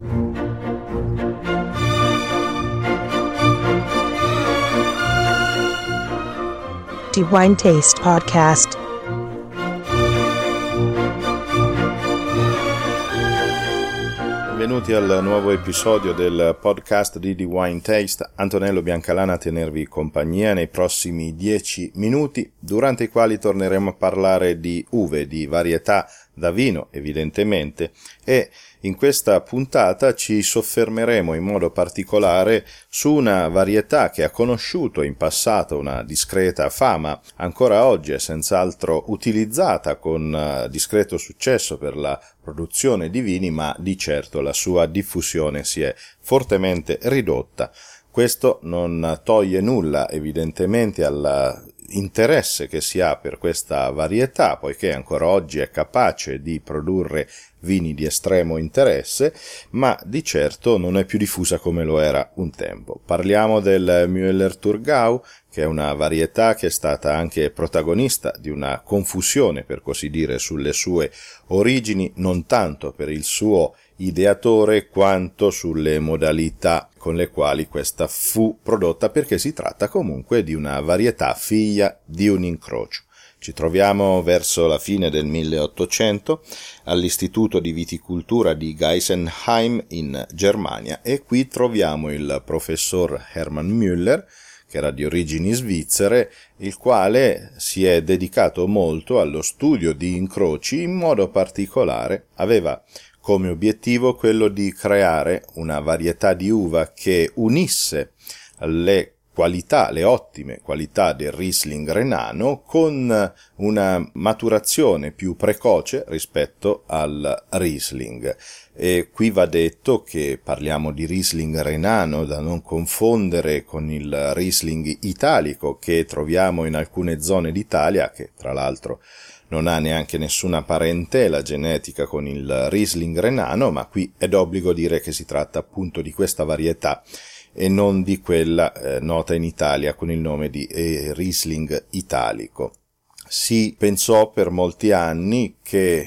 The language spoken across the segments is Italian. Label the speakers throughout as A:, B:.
A: The Wine Taste Podcast.
B: Benvenuti al nuovo episodio del podcast di The Wine Taste. Antonello Biancalana a tenervi compagnia nei prossimi 10 minuti, durante i quali torneremo a parlare di uve, di varietà da vino evidentemente, e in questa puntata ci soffermeremo in modo particolare su una varietà che ha conosciuto in passato una discreta fama, ancora oggi è senz'altro utilizzata con discreto successo per la produzione di vini, ma di certo la sua diffusione si è fortemente ridotta. Questo non toglie nulla evidentemente all'interesse che si ha per questa varietà, poiché ancora oggi è capace di produrre vini di estremo interesse, ma di certo non è più diffusa come lo era un tempo. Parliamo del Müller-Thurgau, che è una varietà che è stata anche protagonista di una confusione, per così dire, sulle sue origini, non tanto per il suo ideatore quanto sulle modalità con le quali questa fu prodotta, perché si tratta comunque di una varietà figlia di un incrocio. Ci troviamo verso la fine del 1800 all'Istituto di Viticoltura di Geisenheim in Germania, e qui troviamo il professor Hermann Müller, che era di origini svizzere, il quale si è dedicato molto allo studio di incroci. In modo particolare aveva come obiettivo quello di creare una varietà di uva che unisse le ottime qualità del Riesling renano con una maturazione più precoce rispetto al Riesling. E qui va detto che parliamo di Riesling renano, da non confondere con il Riesling italico che troviamo in alcune zone d'Italia, che tra l'altro non ha neanche nessuna parentela genetica con il Riesling renano, ma qui è d'obbligo dire che si tratta appunto di questa varietà e non di quella nota in Italia con il nome di Riesling italico. Si pensò per molti anni che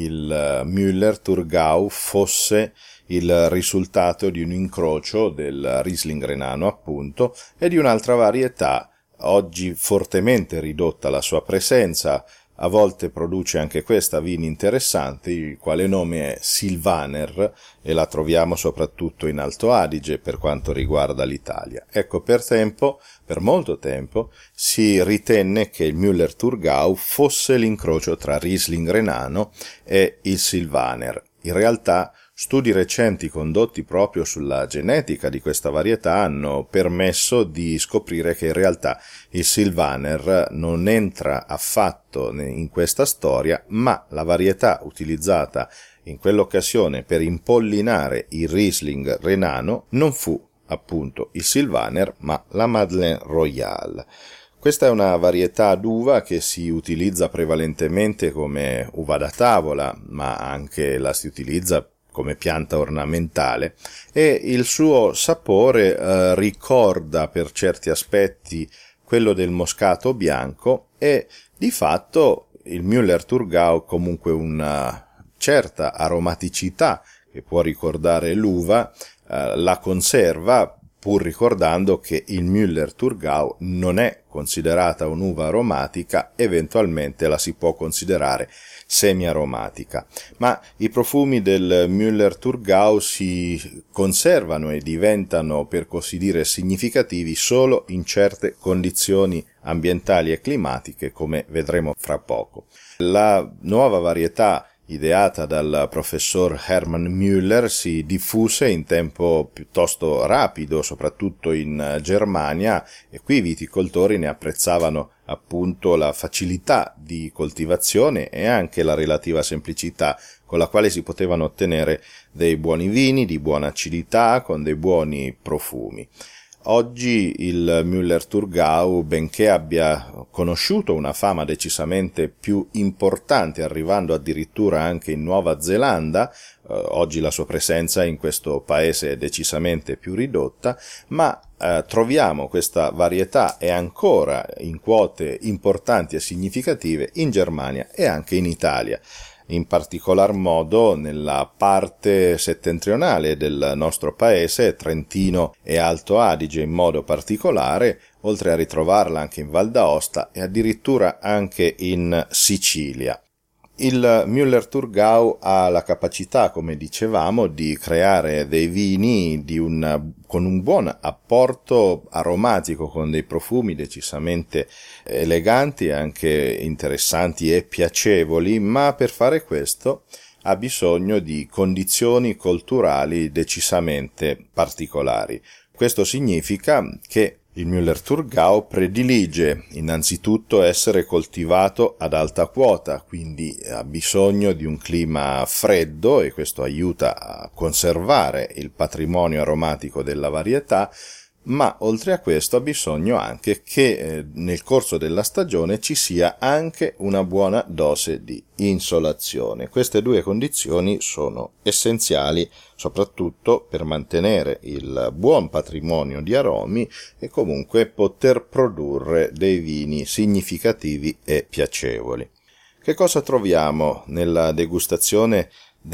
B: il Müller-Thurgau fosse il risultato di un incrocio del Riesling renano appunto e di un'altra varietà, oggi fortemente ridotta la sua presenza. A volte produce anche questa vini interessanti, il quale nome è Sylvaner, e la troviamo soprattutto in Alto Adige per quanto riguarda l'Italia. Ecco, per molto tempo, si ritenne che il Müller-Thurgau fosse l'incrocio tra Riesling renano e il Sylvaner. In realtà, studi recenti condotti proprio sulla genetica di questa varietà hanno permesso di scoprire che in realtà il Sylvaner non entra affatto in questa storia, ma la varietà utilizzata in quell'occasione per impollinare il Riesling renano non fu appunto il Sylvaner, ma la Madeleine Royale. Questa è una varietà d'uva che si utilizza prevalentemente come uva da tavola, ma anche la si utilizza come pianta ornamentale, e il suo sapore ricorda per certi aspetti quello del moscato bianco, e di fatto il Müller-Thurgau comunque una certa aromaticità che può ricordare l'uva la conserva, pur ricordando che il Müller-Thurgau non è considerata un'uva aromatica, eventualmente la si può considerare semi-aromatica, ma i profumi del Müller-Thurgau si conservano e diventano, per così dire, significativi solo in certe condizioni ambientali e climatiche, come vedremo fra poco. La nuova varietà ideata dal professor Hermann Müller si diffuse in tempo piuttosto rapido, soprattutto in Germania, e qui i viticoltori ne apprezzavano appunto la facilità di coltivazione e anche la relativa semplicità con la quale si potevano ottenere dei buoni vini di buona acidità con dei buoni profumi. Oggi il Müller-Thurgau, benché abbia conosciuto una fama decisamente più importante, arrivando addirittura anche in Nuova Zelanda, oggi la sua presenza in questo paese è decisamente più ridotta, ma troviamo questa varietà è ancora in quote importanti e significative in Germania e anche in Italia. in particolar modo nella parte settentrionale del nostro paese, Trentino e Alto Adige in modo particolare, oltre a ritrovarla anche in Val d'Aosta e addirittura anche in Sicilia. Il Müller-Thurgau ha la capacità, come dicevamo, di creare dei vini con un buon apporto aromatico, con dei profumi decisamente eleganti, anche interessanti e piacevoli, ma per fare questo ha bisogno di condizioni culturali decisamente particolari. Questo significa che il Müller-Thurgau predilige innanzitutto essere coltivato ad alta quota, quindi ha bisogno di un clima freddo e questo aiuta a conservare il patrimonio aromatico della varietà, ma oltre a questo ha bisogno anche che nel corso della stagione ci sia anche una buona dose di insolazione. Queste due condizioni sono essenziali soprattutto per mantenere il buon patrimonio di aromi e comunque poter produrre dei vini significativi e piacevoli. Che cosa troviamo nella degustazione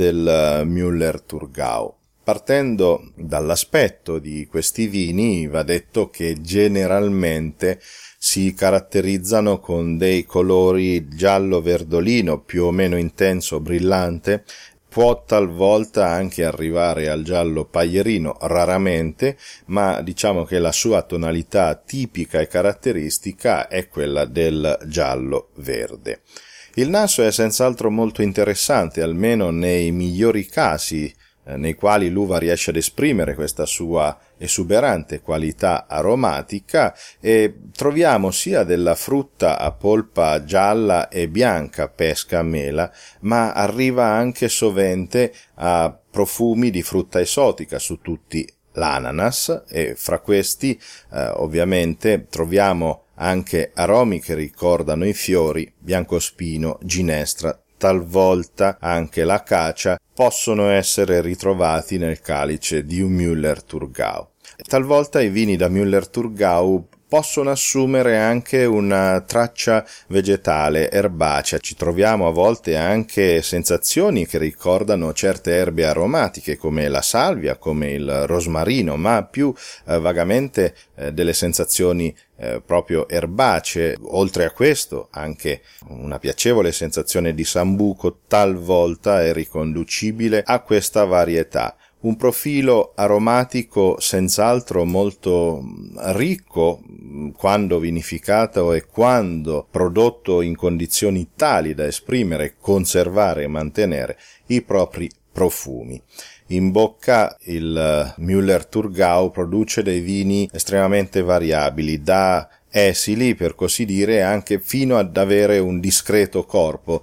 B: del Müller-Thurgau? Partendo dall'aspetto di questi vini, va detto che generalmente si caratterizzano con dei colori giallo-verdolino più o meno intenso, brillante, può talvolta anche arrivare al giallo paglierino, raramente, ma diciamo che la sua tonalità tipica e caratteristica è quella del giallo-verde. Il naso è senz'altro molto interessante, almeno nei migliori casi nei quali l'uva riesce ad esprimere questa sua esuberante qualità aromatica, e troviamo sia della frutta a polpa gialla e bianca, pesca a mela, ma arriva anche sovente a profumi di frutta esotica, su tutti l'ananas, e fra questi ovviamente troviamo anche aromi che ricordano i fiori, biancospino, ginestra, talvolta anche l'acacia, possono essere ritrovati nel calice di un Müller-Thurgau. Talvolta i vini da Müller-Thurgau possono assumere anche una traccia vegetale, erbacea. Ci troviamo a volte anche sensazioni che ricordano certe erbe aromatiche come la salvia, come il rosmarino, ma più vagamente delle sensazioni proprio erbacee. Oltre a questo anche una piacevole sensazione di sambuco talvolta è riconducibile a questa varietà. Un profilo aromatico senz'altro molto ricco quando vinificato e quando prodotto in condizioni tali da esprimere, conservare e mantenere i propri profumi. In bocca il Müller-Thurgau produce dei vini estremamente variabili, da esili per così dire anche fino ad avere un discreto corpo,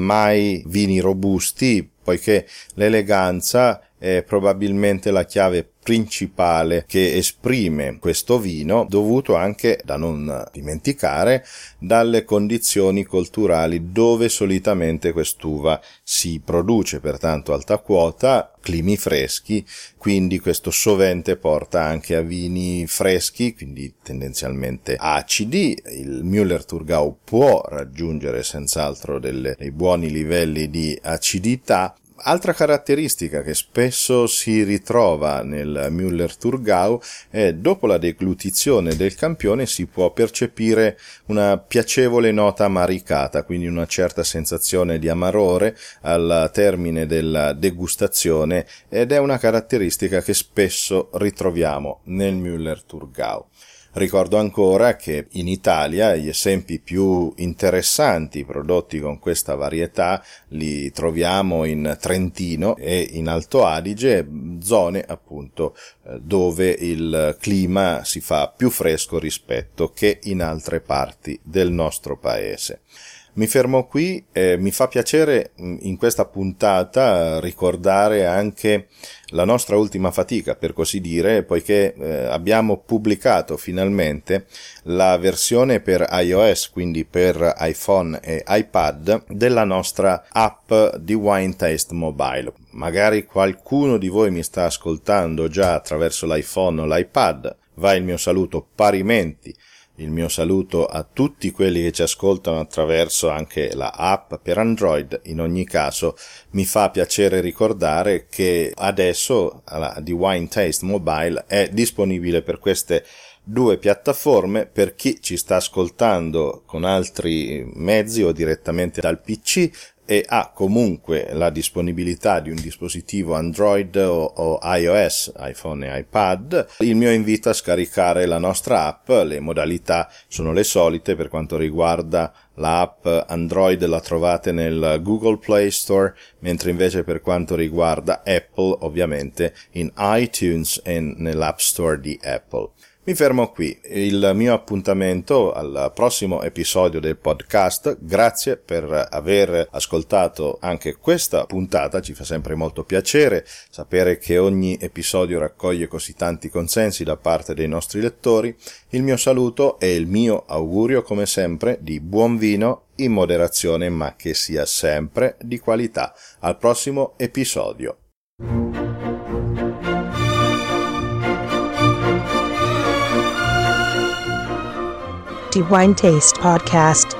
B: mai vini robusti, poiché l'eleganza è probabilmente la chiave principale che esprime questo vino, dovuto anche, da non dimenticare, dalle condizioni culturali dove solitamente quest'uva si produce, pertanto alta quota, climi freschi, quindi questo sovente porta anche a vini freschi, quindi tendenzialmente acidi. Il Müller-Thurgau può raggiungere senz'altro dei buoni livelli di acidità. Altra caratteristica che spesso si ritrova nel Müller-Thurgau è dopo la deglutizione del campione si può percepire una piacevole nota amaricata, quindi una certa sensazione di amarore al termine della degustazione, ed è una caratteristica che spesso ritroviamo nel Müller-Thurgau. Ricordo ancora che in Italia gli esempi più interessanti prodotti con questa varietà li troviamo in Trentino e in Alto Adige, zone appunto dove il clima si fa più fresco rispetto che in altre parti del nostro paese. Mi fermo qui, mi fa piacere in questa puntata ricordare anche la nostra ultima fatica, per così dire, poiché abbiamo pubblicato finalmente la versione per iOS, quindi per iPhone e iPad, della nostra app di Wine Taste Mobile. Magari qualcuno di voi mi sta ascoltando già attraverso l'iPhone o l'iPad, va il mio saluto parimenti Il mio saluto a tutti quelli che ci ascoltano attraverso anche la app per Android. In ogni caso mi fa piacere ricordare che adesso la The Wine Taste Mobile è disponibile per queste due piattaforme per chi ci sta ascoltando con altri mezzi o direttamente dal PC e ha comunque la disponibilità di un dispositivo Android o iOS, iPhone e iPad. Il mio invito a scaricare la nostra app. Le modalità sono le solite. Per quanto riguarda l'app Android la trovate nel Google Play Store, mentre invece per quanto riguarda Apple ovviamente in iTunes e nell'App Store di Apple. Mi fermo qui. Il mio appuntamento al prossimo episodio del podcast. Grazie per aver ascoltato anche questa puntata, ci fa sempre molto piacere sapere che ogni episodio raccoglie così tanti consensi da parte dei nostri lettori. Il mio saluto e il mio augurio, come sempre, di buon vino in moderazione, ma che sia sempre di qualità. Al prossimo episodio.
A: The Wine Taste Podcast.